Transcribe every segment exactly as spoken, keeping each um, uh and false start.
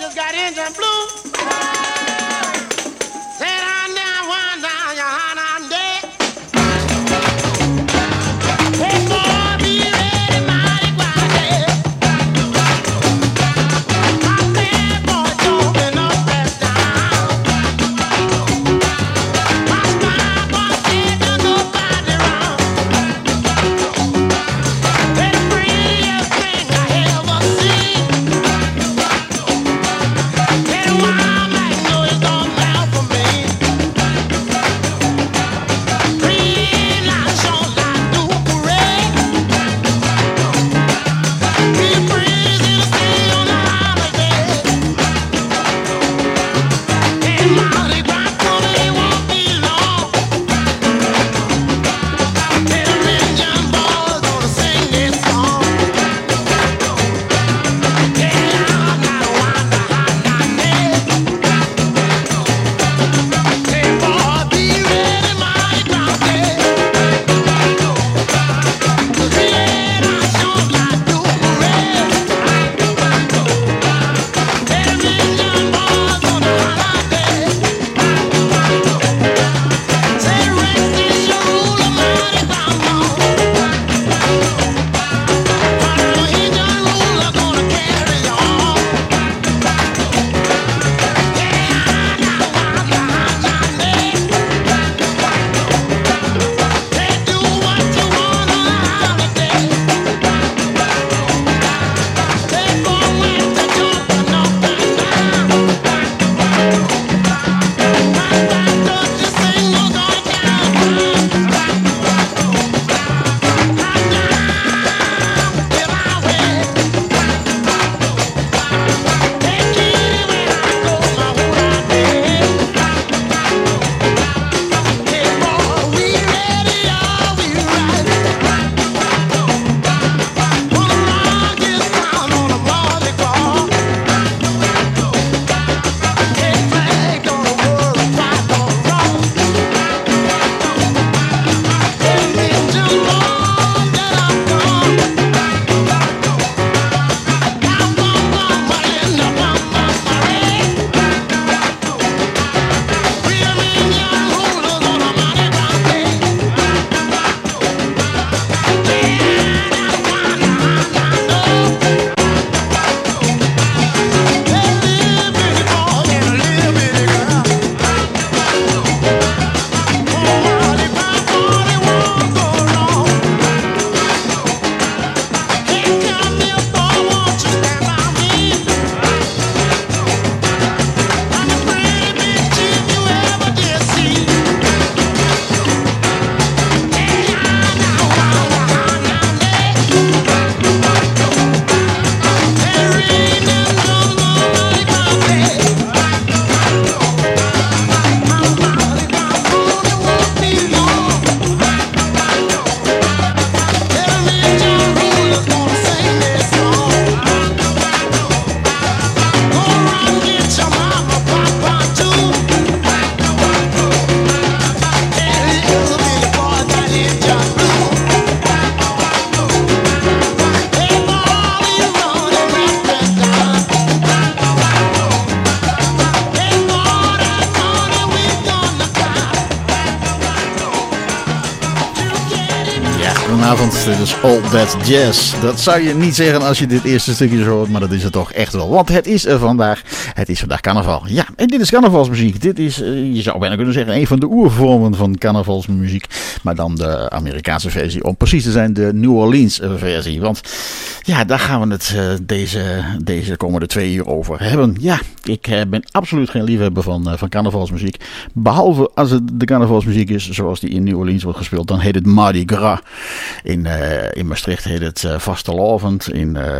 Goedenavond, dit is All That Jazz. Dat zou je niet zeggen als je dit eerste stukje zo hoort, maar dat is het toch echt wel. Want het is er vandaag, het is vandaag carnaval. Ja, en dit is carnavalsmuziek. Dit is, je zou bijna kunnen zeggen, een van de oervormen van carnavalsmuziek. Maar dan de Amerikaanse versie, om precies te zijn de New Orleans versie. Want ja, daar gaan we het uh, deze, deze komende twee uur over hebben. Ja, ik uh, ben absoluut geen liefhebber van, uh, van carnavalsmuziek. Behalve als het de carnavalsmuziek is zoals die in New Orleans wordt gespeeld, dan heet het Mardi Gras. In, uh, in Maastricht heet het uh, Vastelavond. In, uh,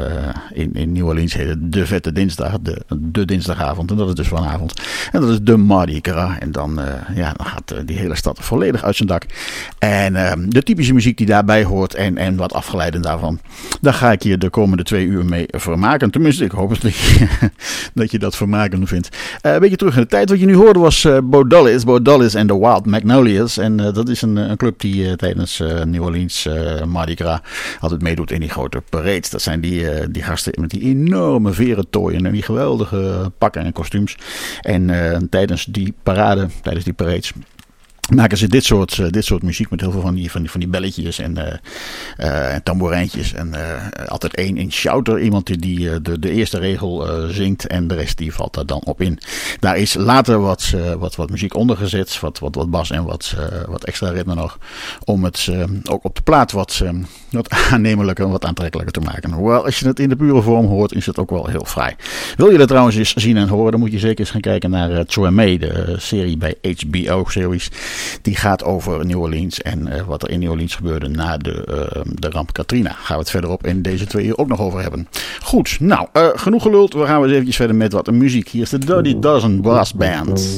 in, in New Orleans heet het de Vette Dinsdag. De, de dinsdagavond. En dat is dus vanavond. En dat is de Mardi Gras. En dan, uh, ja, dan gaat uh, die hele stad volledig uit zijn dak. En uh, de typische muziek die daarbij hoort. En, en wat afgeleiden daarvan. Daar ga ik je de komende twee uur mee vermaken. Tenminste, ik hoop dat je dat, je dat vermakend vindt. Uh, een beetje terug in de tijd. Wat je nu hoorde was uh, Bo Dullis. Bo Dullis en de Wild Magnolias. En uh, dat is een, een club die uh, tijdens uh, New Orleans Orleans uh, Mardi Gras altijd meedoet in die grote parades. Dat zijn die, uh, die gasten met die enorme veren tooien en die geweldige pakken en kostuums. En uh, tijdens die parade, tijdens die parades, maken ze dit soort, uh, dit soort muziek met heel veel van die, van die, van die belletjes en, uh, uh, en tamboerijntjes. En uh, altijd één in shouter, iemand die, die uh, de, de eerste regel uh, zingt en de rest die valt daar dan op in. Daar is later wat, uh, wat, wat muziek ondergezet, wat, wat, wat bas en wat, uh, wat extra ritme nog. Om het uh, ook op de plaat wat, uh, wat aannemelijker en wat aantrekkelijker te maken. Hoewel, als je het in de pure vorm hoort, is het ook wel heel fraai. Wil je dat trouwens eens zien en horen, dan moet je zeker eens gaan kijken naar uh, Treme, de uh, serie bij H B O-series. Die gaat over New Orleans en uh, wat er in New Orleans gebeurde na de, uh, de ramp Katrina. Gaan we het verderop in deze twee uur ook nog over hebben. Goed, nou, uh, genoeg geluld. We gaan eens eventjes verder met wat muziek. Hier is de Dirty Dozen Brass Band.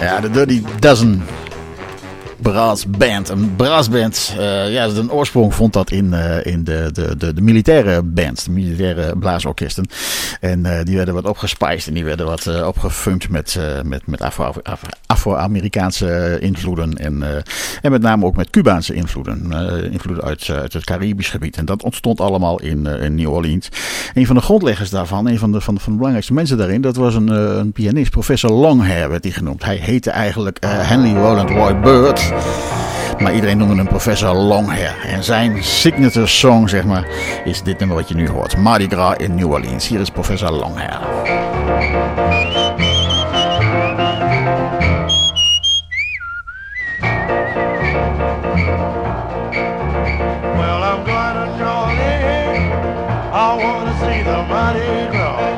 Ja, de Dirty Dozen. Brassband. Een brassband. Uh, ja, de oorsprong vond dat in, uh, in de, de, de, de militaire bands. De militaire blaasorkesten. En uh, die werden wat opgespiced. En die werden wat uh, opgefunkt met, uh, met, met Afro, Afro, Afro-Amerikaanse invloeden. En, uh, en met name ook met Cubaanse invloeden. Uh, invloeden uit, uh, uit het Caribisch gebied. En dat ontstond allemaal in, uh, in New Orleans. Een van de grondleggers daarvan. Een van de, van de, van de belangrijkste mensen daarin. Dat was een, uh, een pianist. Professor Longhair werd hij genoemd. Hij heette eigenlijk uh, Henry Roland Roy Bird. Maar iedereen noemde hem Professor Longhair. En zijn signature song, zeg maar, is dit nummer wat je nu hoort. Mardi Gras in New Orleans. Hier is Professor Longhair. Well, I'm going to New Orleans. I want to see the Mardi Gras.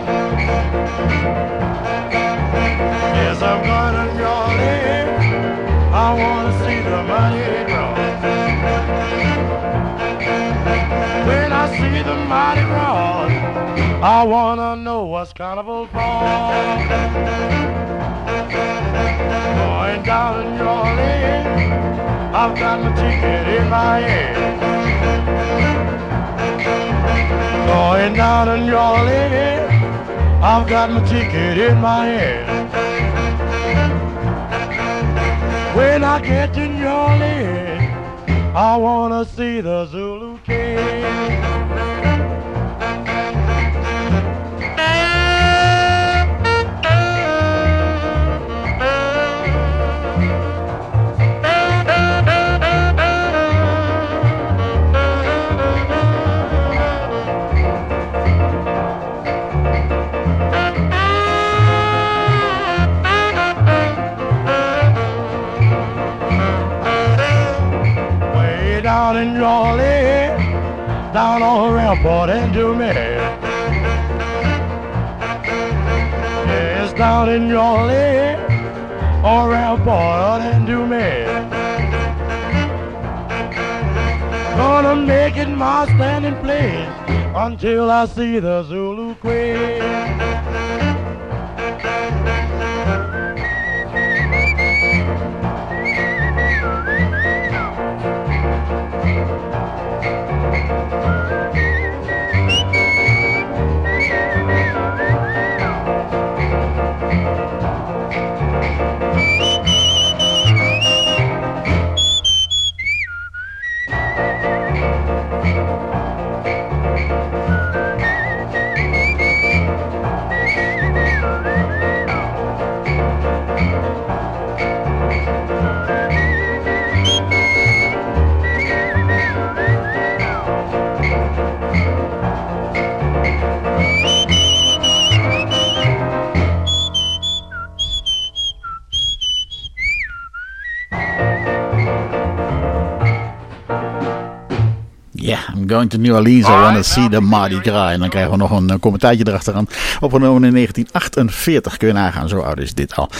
Yes, I'm going to New Orleans. I want to see the Mardi Gras. When I see the Mardi Gras, I want to know what's carnival for. Going down to New Orleans, I've got my ticket in my hand. Going down to New Orleans, I've got my ticket in my hand. When I get to New Orleans, I wanna see the Zulu King. Down in New Orleans, down on the rampart and do me. Yes, down in New Orleans, on rampart and do me. Gonna make it my standing place until I see the Zulu Queen. I'm going to New Orleans, I want to see the Mardi Gras. En dan krijgen we nog een uh, commentaartje erachteraan. Opgenomen in negentien achtenveertig, kun je nagaan, zo oud is dit al.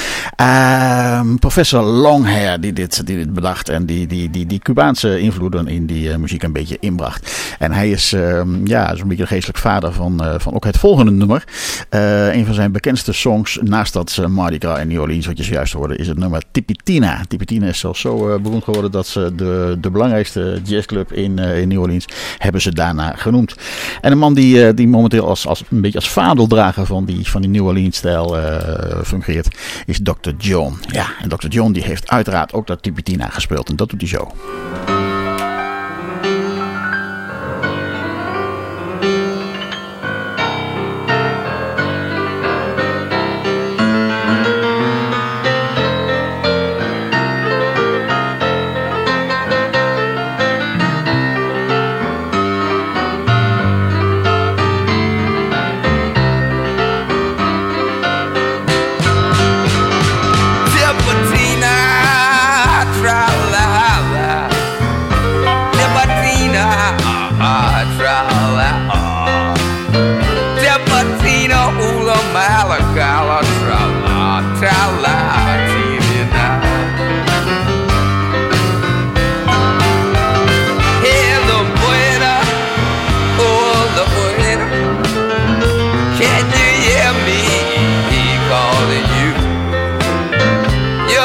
Uh, professor Longhair die dit, die dit bedacht en die, die, die, die Cubaanse invloeden in die uh, muziek een beetje inbracht. En hij is uh, ja, zo'n beetje de geestelijk vader van, uh, van ook het volgende nummer. Uh, een van zijn bekendste songs, naast dat uh, Mardi Gras in New Orleans, wat je zojuist hoorde, is het nummer Tipitina. Tipitina is zelfs zo uh, beroemd geworden dat ze de, de belangrijkste jazzclub in, uh, in New Orleans hebben ze daarna genoemd. En een man die, uh, die momenteel als, als, een beetje als vadeldrager van die, van die New Orleans-stijl uh, fungeert, is dokter John. Ja, en dokter John die heeft uiteraard ook dat Tipitina gespeeld en dat doet hij zo. Can you hear me calling you?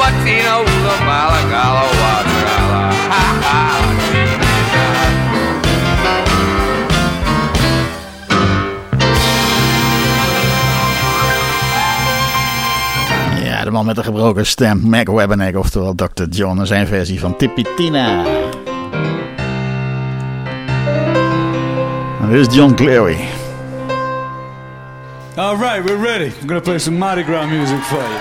Patina, Ula, Malagala, Wadrala, ha ha. Ja, de man met de gebroken stem, Mac Weberneck, oftewel dokter John en zijn versie van Tipitina. En dit is John Cleary. All right, we're ready. I'm gonna play some Mardi Gras music for you.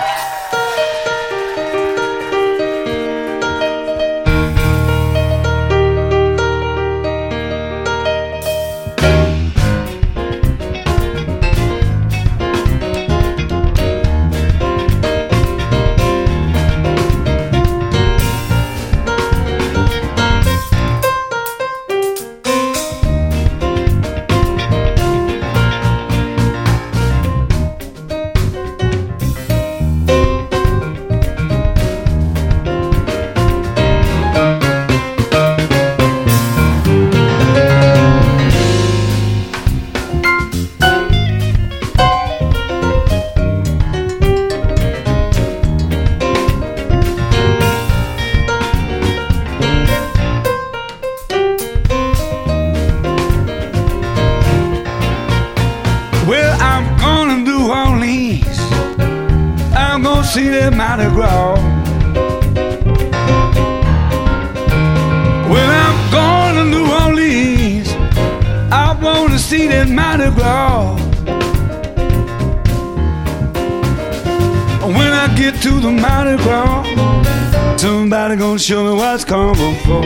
See that Mardi Gras. When I'm going to New Orleans, I want to see that Mardi Gras. When I get to the Mardi Gras, somebody gonna show me what's coming for.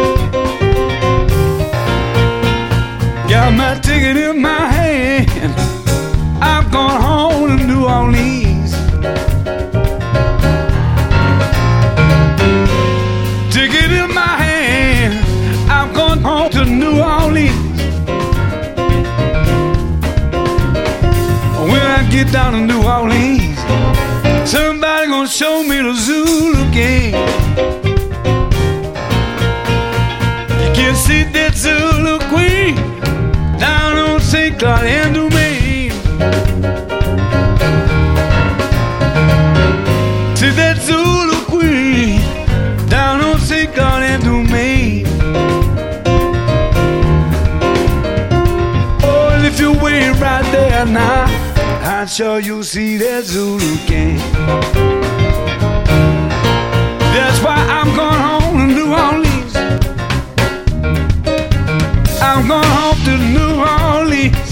Got my ticket in my hand, I'm going home to New Orleans. Ticket in my hand, I'm going home to New Orleans. When I get down to New Orleans, somebody gonna show me the Zulu game. You can see that Zulu queen down on Saint Claude and Domain. See that Zulu queen down on Saint Claude and Domain. Oh, and if you wait right there now, I'm sure you'll see that Zulu gang. That's why I'm going home to New Orleans. I'm going home to New Orleans.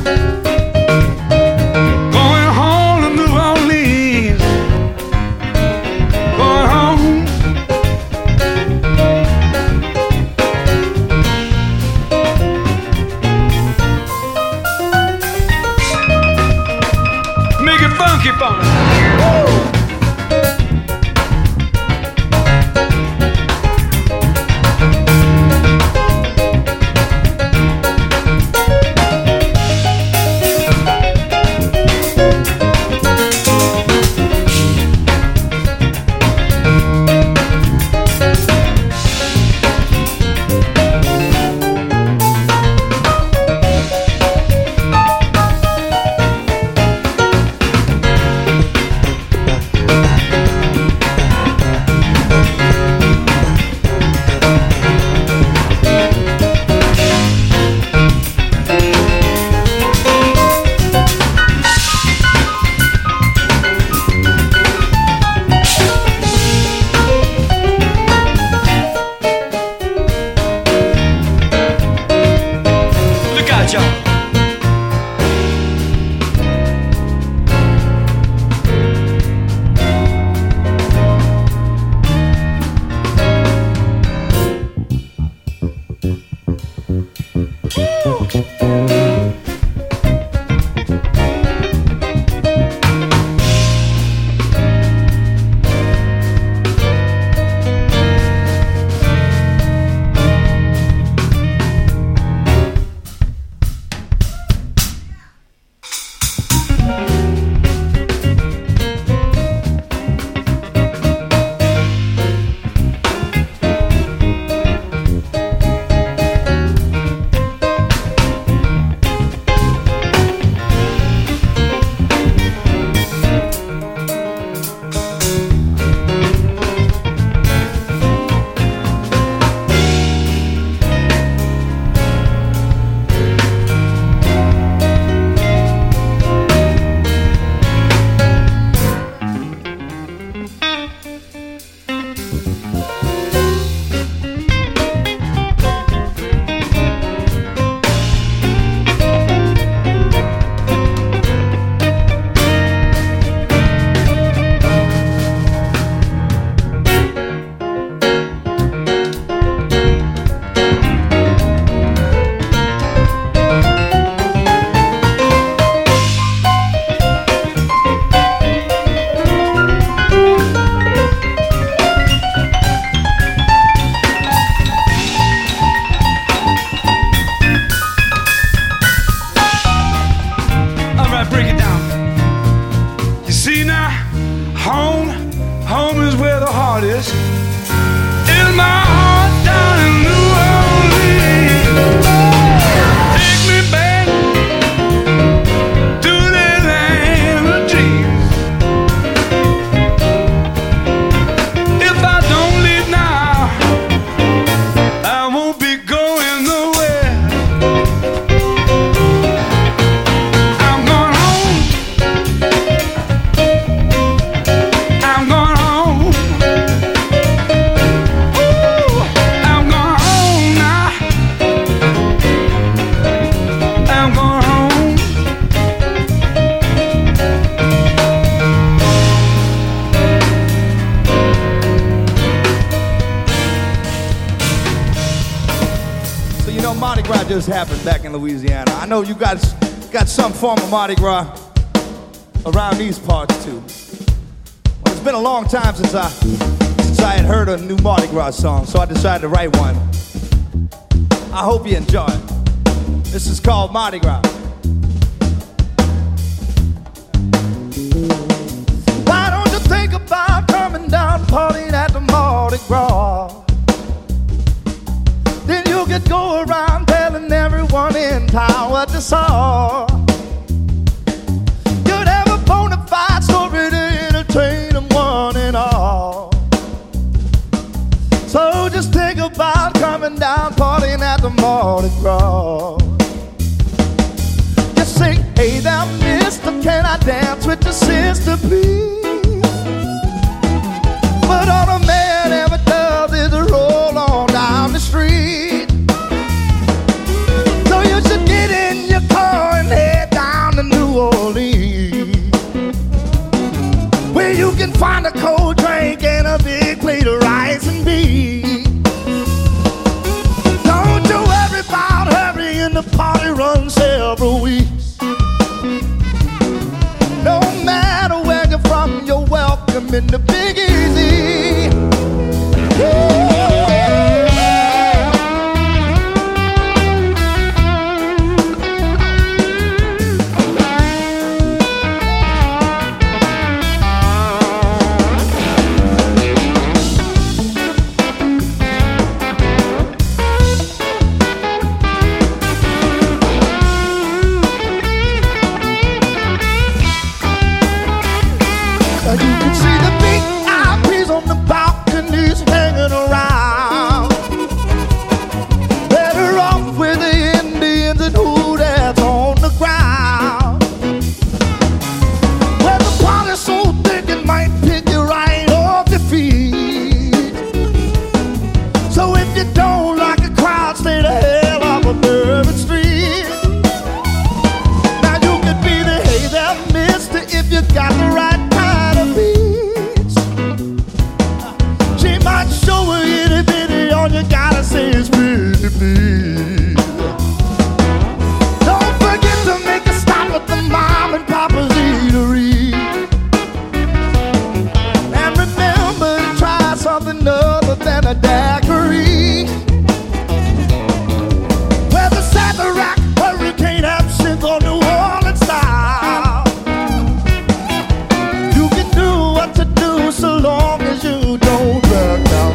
Going home to New Orleans. Going home. Make it funky for me. this is my heart down in New Orleans. Take me back to the land of dreams. If I don't leave now, I won't be going nowhere. I'm going home. I'm going home. Ooh, I'm going home now. I'm going home. So you know Mardi Gras just happened back in Louisiana. I know you guys got some form of Mardi Gras around these parts too. Well, it's been a long time since I since I had heard a new Mardi Gras song, so I decided to write one. I hope you enjoy it. This is called Mardi Gras. Why don't you think about coming down partying at the Mardi Gras? Then you could go around telling everyone in town what you saw. You'd have a bona fide story to entertain them one and all. So just think about coming down partying at the Mardi Gras. Just sing, hey there mister, can I dance with your sister please? But all a man ever does is roll on down the street. So you should get in your car and head down to New Orleans, where you can find a cold drink and a big plate of rice and beans. Don't you worry about hurrying, the party runs several weeks. No matter where you're from, you're welcome in the Big Easy. You can see the big I Ps on the balconies hanging around. Better off with the Indians and who that's on the ground. Well, the party's so thick it might pick you right off your feet. So if you don't like a crowd, stay the hell off of Bourbon Street. Now you could be the hey there mister if you got the right kind of beats. She might show a itty bitty, all you gotta say is pretty please. Don't forget to make a stop at the mom and papa's eatery. And remember to try something other than a daiquiri. Where the Sazerac, Hurricane, Absinthe, or New Orleans style. You can do what to do so long as you don't back out.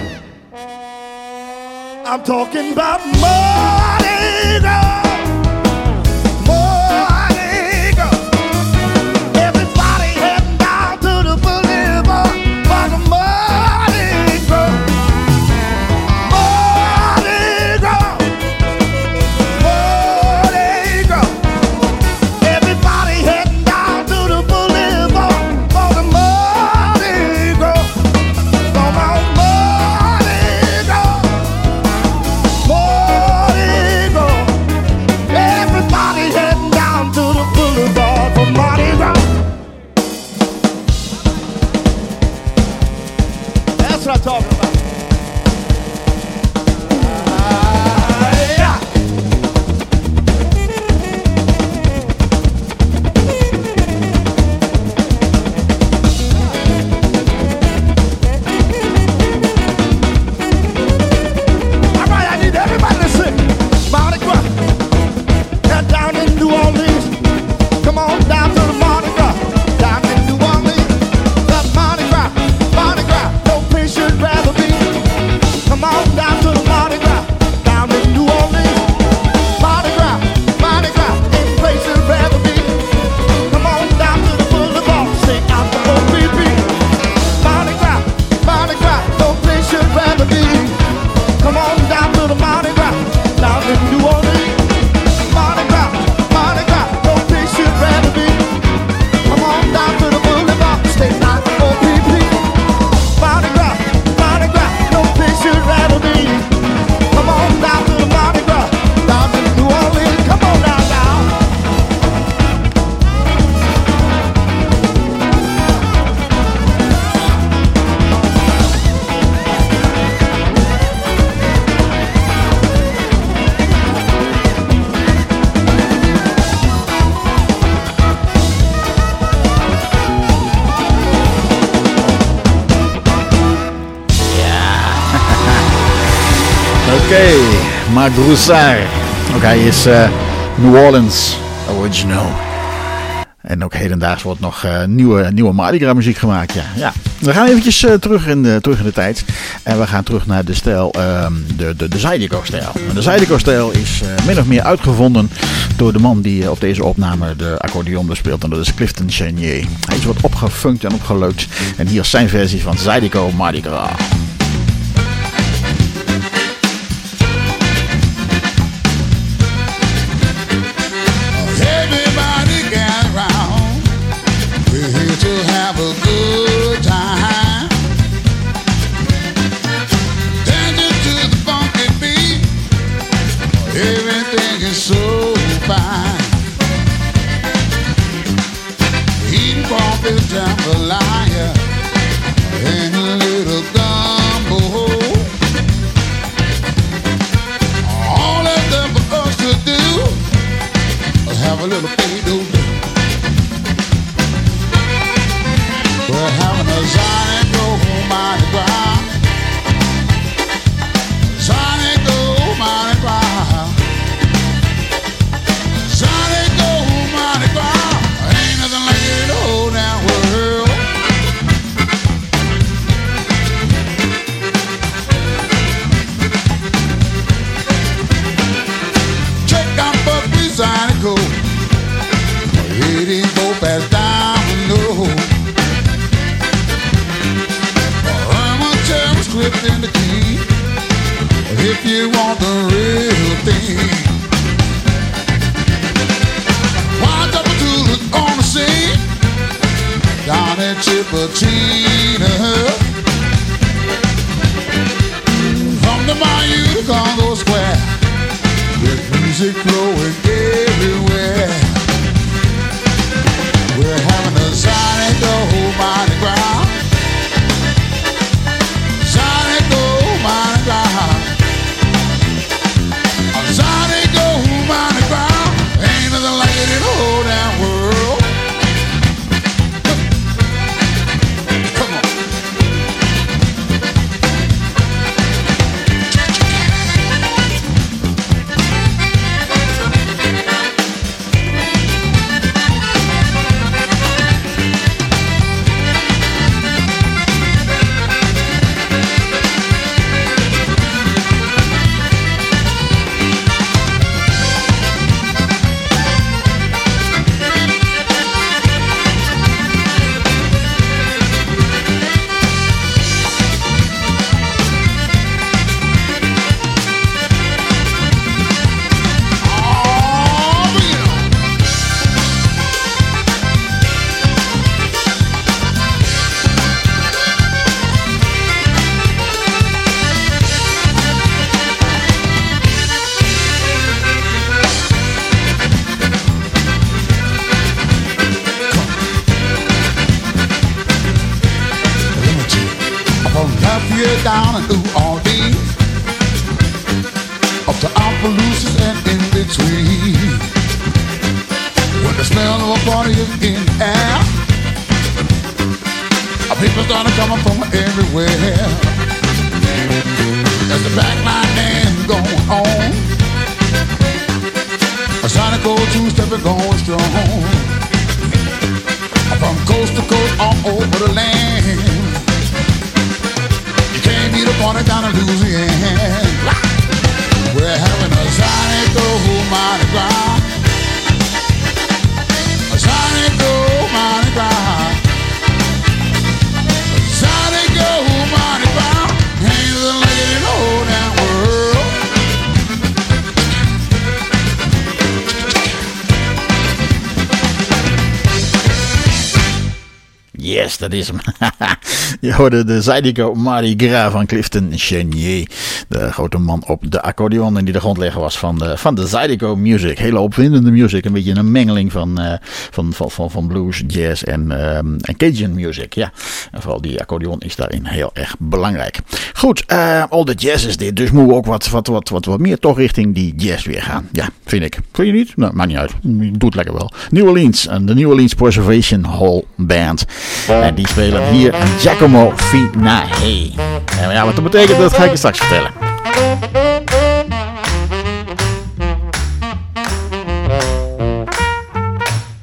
I'm talking about Mardi Gras. Mardi Gras. Everybody heading down to the boulevard for the Mardi Gras. Mardi Gras. Mardi Gras. Everybody heading down to the boulevard for the Mardi Gras. For the Mardi Gras. Mardi Okay, Marc Broussard. Ook hij is uh, New Orleans original. En ook hedendaags wordt nog uh, nieuwe, nieuwe Mardi Gras muziek gemaakt. Ja, ja. We gaan eventjes uh, terug, in de, terug in de tijd. En we gaan terug naar de stijl, uh, de, de, de Zydeco-stijl. De Zydeco-stijl is uh, min of meer uitgevonden door de man die uh, op deze opname de accordeon bespeelt. En dat is Clifton Chenier. Hij is wat opgefunkt en opgeleukt. En hier is zijn versie van Zydeco Mardi Gras. So fine, eating crawfish, jambalaya, and a little gumbo. All that's left for us to do is have a little play-doh. We're having a Zydeco Mardi Gras, Zydeco Mardi Gras. Zydeco, it ain't go fast domino. I'm gonna tell the script in the key if you want the real thing. Wind up to on the scene down at Chippetina. From the bayou to Congo Square, with music flowing everywhere. We're having a Zydeco Mardi Gras, Zydeco Mardi Gras, a Zydeco Mardi Gras. Ain't nothing like it in the whole damn world. Come on. Down in New Orleans, up to Opelousas and in between. When the smell of a party is in the air, people start coming from everywhere. As the back line dance going on, a Zydeco two-step is going strong. From coast to coast all over the land, meet a party down in Louisiana. We're having a Zydeco Mardi Gras, a Zydeco Mardi Gras, a Zydeco Mardi Gras. Ain't nothing like it in the whole damn world. Yes, dat is hem. Je hoorde de Zydeco Mardi Gras van Clifton Chenier. De grote man op de accordeon en die de grondlegger was van de, van de Zydeco music. Hele opwindende music. Een beetje een mengeling van, uh, van, van, van, van blues, jazz en, um, en Cajun music. Ja. En vooral die accordeon is daarin heel erg belangrijk. Goed, uh, all the jazz is dit. Dus moeten we ook wat, wat, wat, wat, wat meer toch richting die jazz weer gaan. Ja, vind ik. Vind je niet? Nou, maakt niet uit. Doe het lekker wel. New Orleans en de New Orleans Preservation Hall Band. En die spelen hier Giacomo Finahe. En ja, wat dat betekent, dat ga ik je straks vertellen.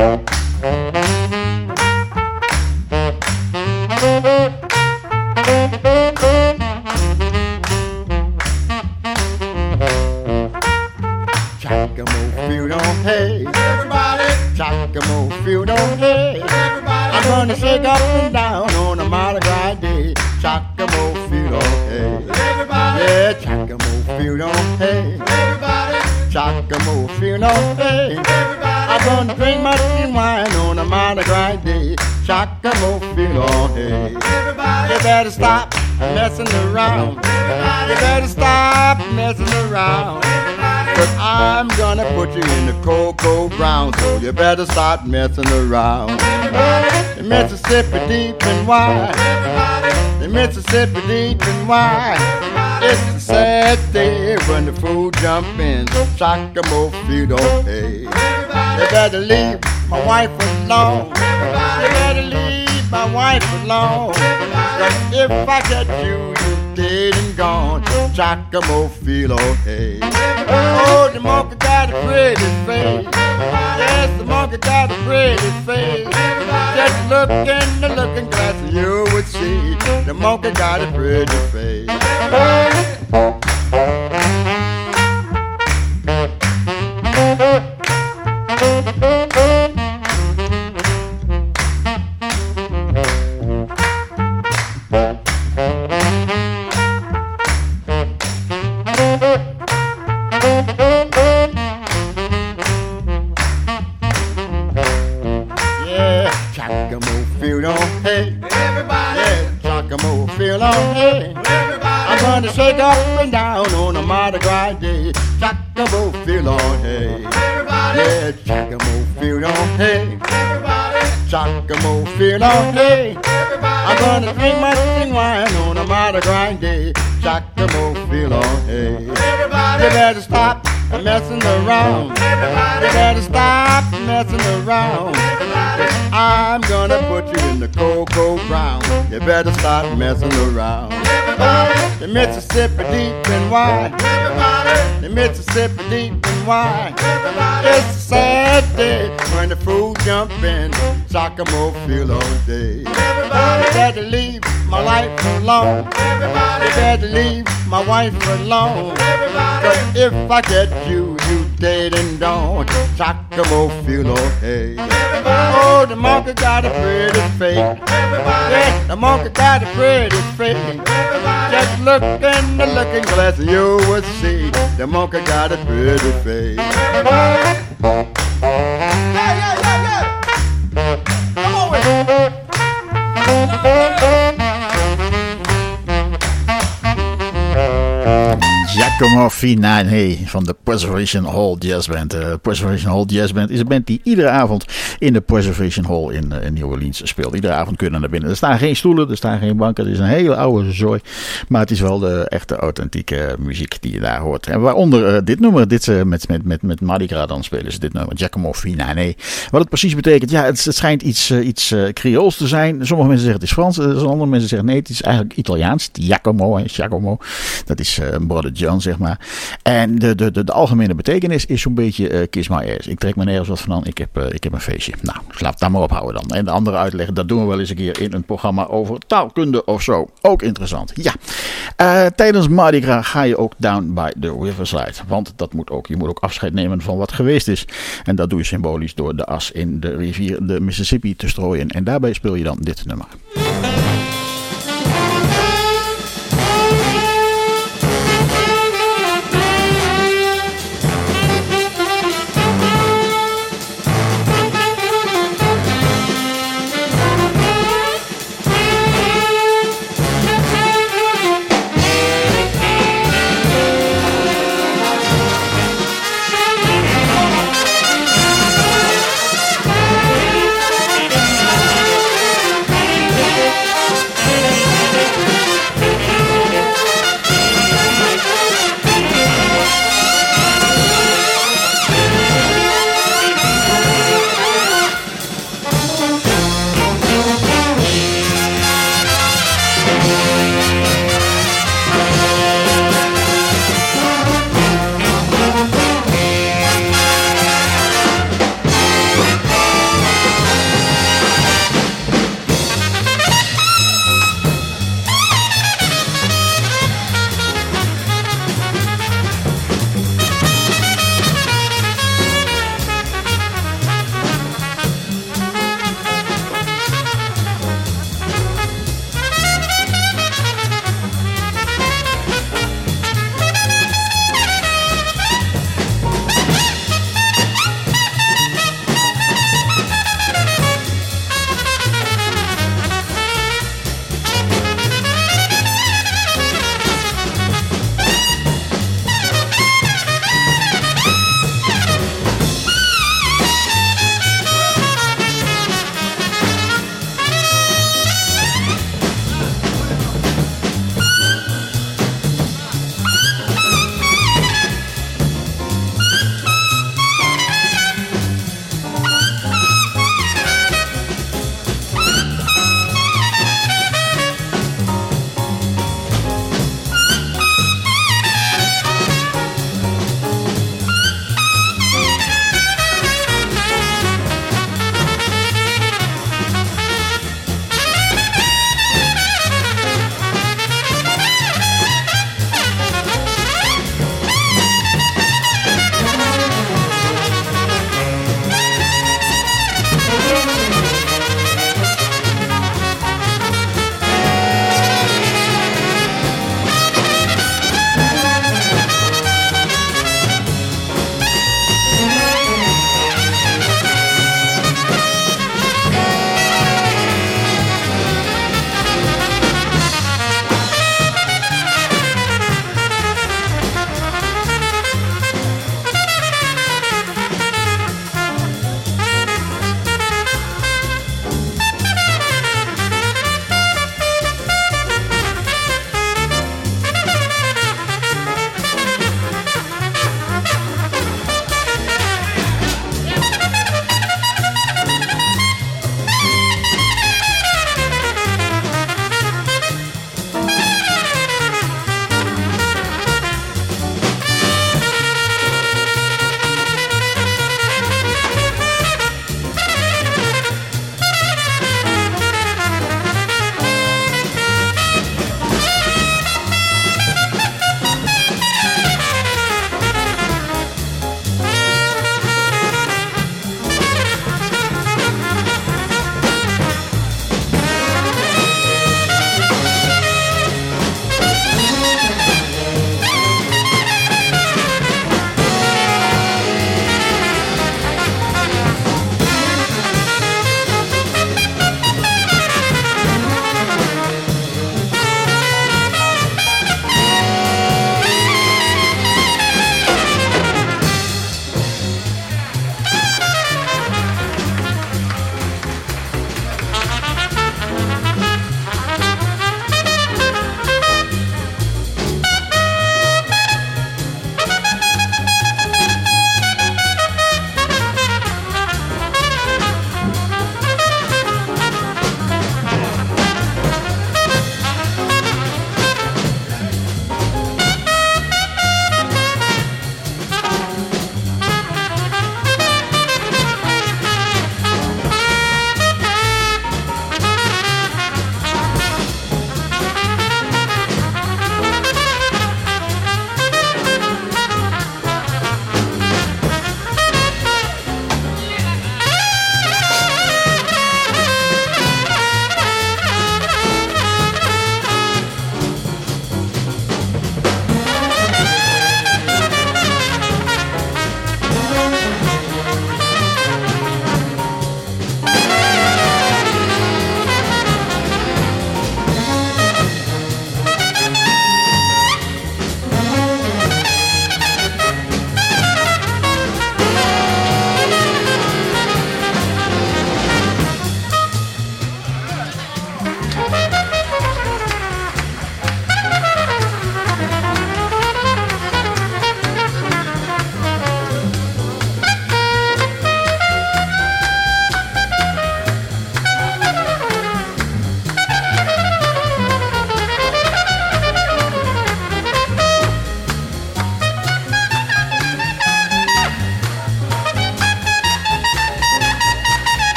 Field on hay, everybody. Chacamo Field on hay, everybody. I'm gonna shake up and down on a Mardi Gras day. Chacamo Field on hay, everybody. Yeah, Chacamo Field on hay, everybody. Chacamo Field on hay, everybody. I'm gonna drink my tea wine on a Mardi Gras day. Chacamo Field on hay, everybody. You better stop messing around. Everybody. You better stop messing around. Cause I'm gonna put you in the cold, cold ground. So you better start messing around. The Mississippi deep and wide. The Mississippi deep and wide. It's a sad day when the fool jump in. Chacamo Field on hay. You better leave my wife alone. You better leave my wife alone. Cause if I get you, you dead and gone. Chacamo Field on hay. Oh, the monkey got a pretty face. Yes, the monkey got a pretty face. Just look in the looking glass and you would see the monkey got a pretty face. Shake up and down on a Mardi Gras day. Chacamo Field on hay. Yeah, Chacamo Field on hay. Chacamo Field on hay. I'm gonna drink my sing wine on a Mardi Gras day. Chacamo Field on hay. You better stop messing around. You better stop messing around. I'm gonna put you in the cold, cold ground. You better stop messing around. The Mississippi deep and wide. The Mississippi deep and wide. It's a sad day when the fool jump in. Chacamo Field all day. You better leave my life alone. You better leave my wife alone. Cause if I get you, you dead and gone. Chacamo Field all day. Oh, the monkey got a pretty face. Yeah, the monkey got a pretty face. Just look in the looking glass and you would see the monkey got a pretty face. Yeah, yeah, yeah, yeah. Come on with it. Giacomo Finane van de Preservation Hall Jazz Band. De Preservation Hall Jazz Band is een band die iedere avond in de Preservation Hall in, uh, in New Orleans speelt. Iedere avond kunnen naar binnen. Er staan geen stoelen, er staan geen banken. Het is een hele oude zooi. Maar het is wel de echte authentieke muziek die je daar hoort. En waaronder uh, dit nummer, dit, uh, met, met, met, met Mardi Gras dan spelen ze dit nummer. Giacomo Finane. Wat het precies betekent, ja, het, het schijnt iets, uh, iets uh, Creools te zijn. Sommige mensen zeggen het is Frans. Uh, andere mensen zeggen nee, het is eigenlijk Italiaans. Giacomo en Giacomo. Dat is uh, Brother John, zeg maar. En de, de, de, de algemene betekenis is zo'n beetje uh, kiss my ass. Ik trek me nergens wat van aan. Ik heb, uh, ik heb een feestje. Nou, dus laat het daar maar ophouden dan. En de andere uitleggen, dat doen we wel eens een keer in een programma over taalkunde of zo. Ook interessant. Ja. Uh, tijdens Mardi Gras ga je ook down by the riverside. Want dat moet ook. Je moet ook afscheid nemen van wat geweest is. En dat doe je symbolisch door de as in de rivier de Mississippi te strooien. En daarbij speel je dan dit nummer.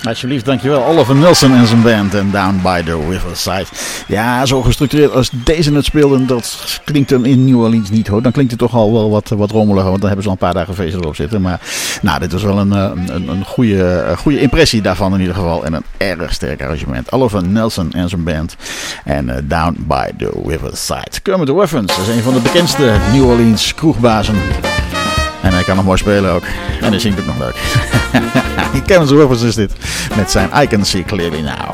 Alsjeblieft, dankjewel. Oliver Nelson en zijn band en Down by the Riverside. Ja, zo gestructureerd als deze het speelden, dat klinkt hem in New Orleans niet hoor. Dan klinkt het toch al wel wat, wat rommeliger, want dan hebben ze al een paar dagen feest erop zitten. Maar nou, dit was wel een, een, een goede, goede impressie daarvan in ieder geval. En een erg sterk arrangement. Oliver Nelson en zijn band en uh, Down by the Riverside. Kermit the Reference, dat is een van de bekendste New Orleans kroegbazen. En hij kan nog mooi spelen ook. En hij zingt ook nog leuk. Kermit the Reference is dit. Met zijn I Can See Clearly Now.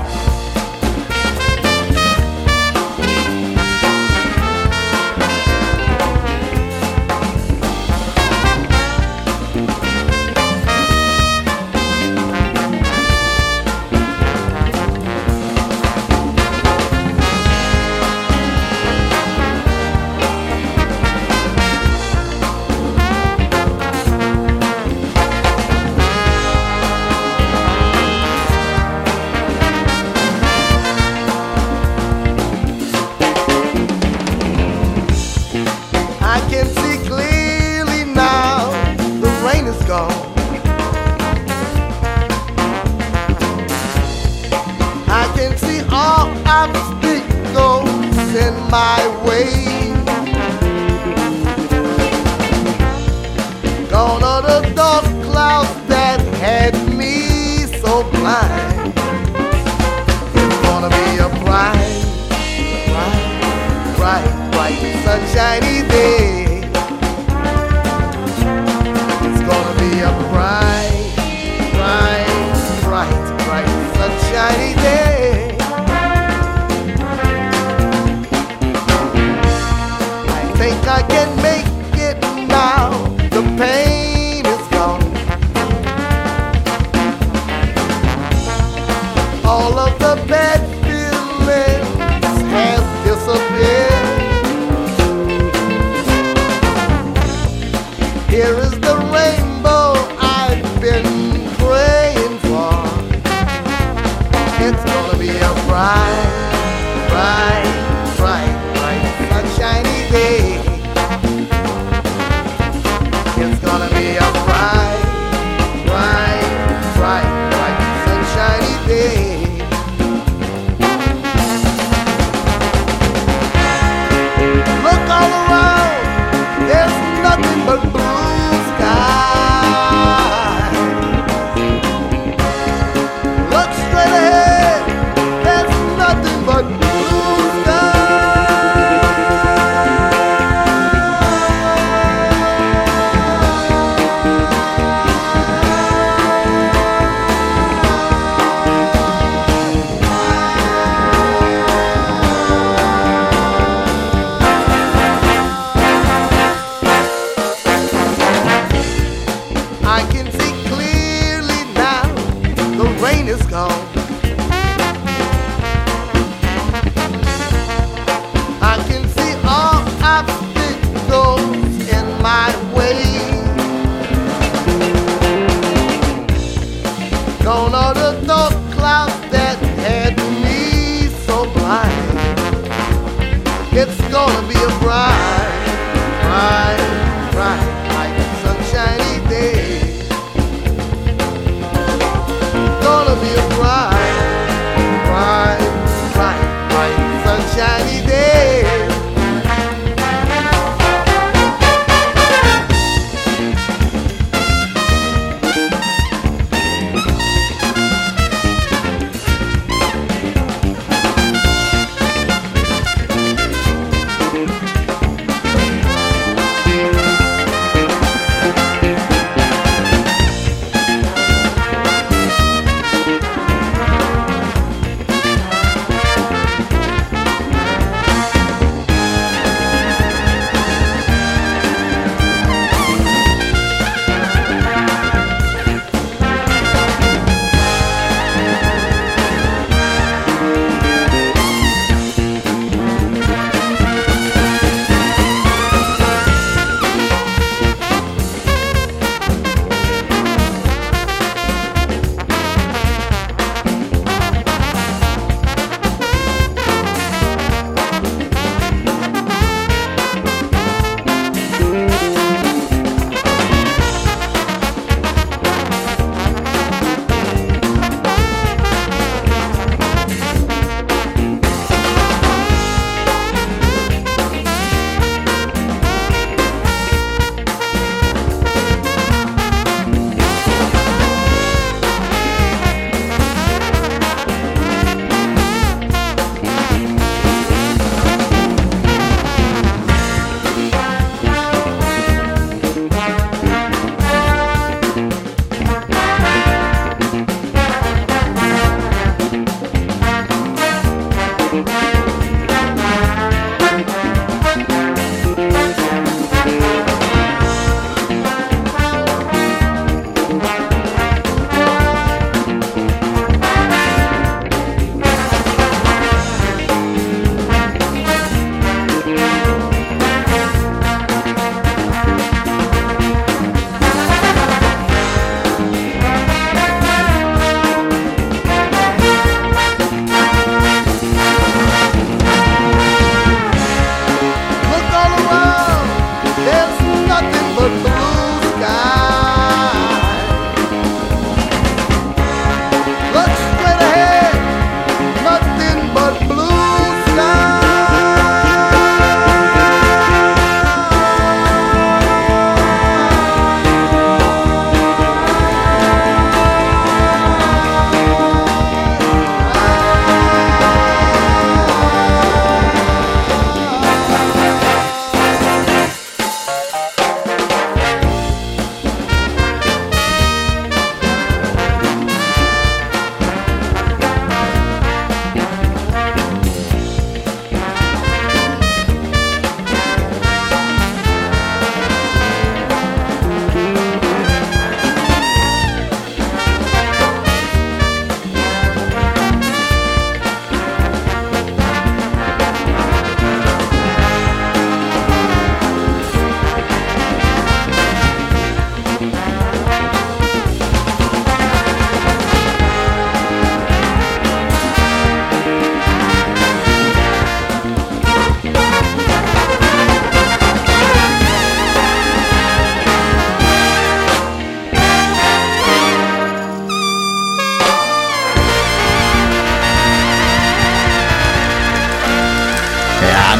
Gonna be a bride.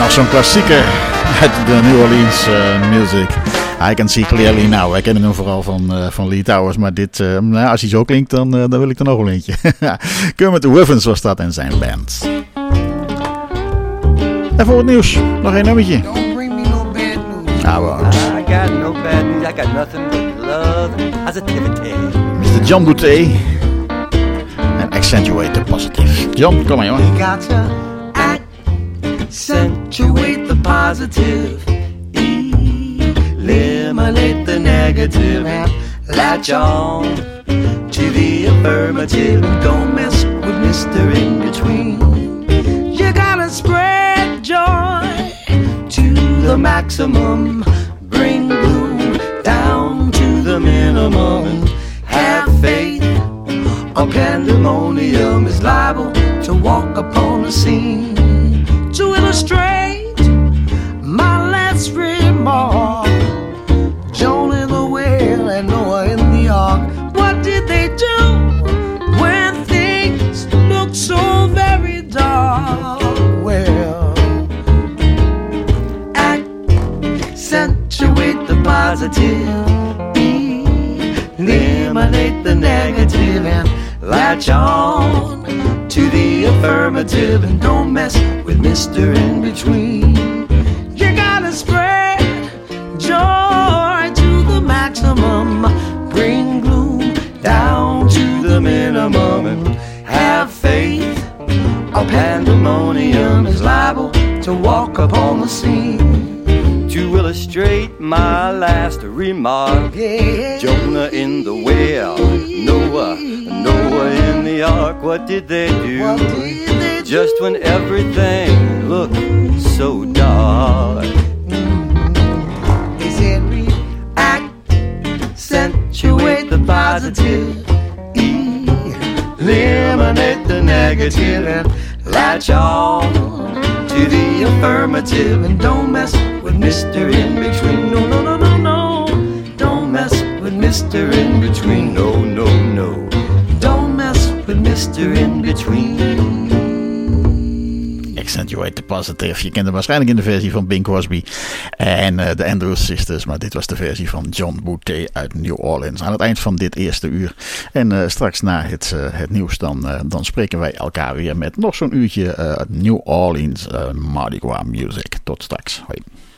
nog zo'n klassieker uit de New Orleans uh, music. I Can See Clearly Now. Wij kennen hem vooral van, uh, van Lee Towers. Maar dit, uh, nou, als hij zo klinkt, dan, uh, dan wil ik er nog een eentje. Kermit Wiffens was dat en zijn band. En voor het nieuws, nog één nummertje. Don't bring me no bad news. Ah, well. I got no bad news. I got nothing but love and positivity. mister John Boutte. En Accentuate the Positive. John, kom maar jongen. We got to accentuate the positive. Eliminate the negative and latch on to the affirmative. And don't mess with Mister In-Between. You gotta spread joy to the maximum. Bring gloom down to the minimum. Have faith or pandemonium is liable to walk upon the scene. To illustrate my last remark, Jonah in the whale and Noah in the ark. What did they do when things looked so very dark? Well, accentuate the positive, eliminate the negative, and latch on to the affirmative. And don't mess with Mister In-Between. You gotta spread joy to the maximum. Bring gloom down to the minimum. And have faith or pandemonium is liable to walk upon the scene. To illustrate my last remark, yeah. Jonah in the whale, Noah, Noah in the ark. What did they do? What did they Just do? When everything looked so dark. They said we accentuate the positive, eliminate the negative, and latch on to the affirmative. And don't mess with Mister In-Between. No, no, no, no, no. Don't mess with Mister In-Between. No, no, no. Don't mess with Mister In-Between. Accentuate the Positive. Je kent hem waarschijnlijk in de versie van Bing Crosby en uh, de Andrews Sisters. Maar dit was de versie van John Boutte uit New Orleans. Aan het eind van dit eerste uur. En uh, straks na het, uh, het nieuws dan, uh, dan spreken wij elkaar weer met nog zo'n uurtje uh, New Orleans uh, Mardi Gras music. Tot straks. Hoi.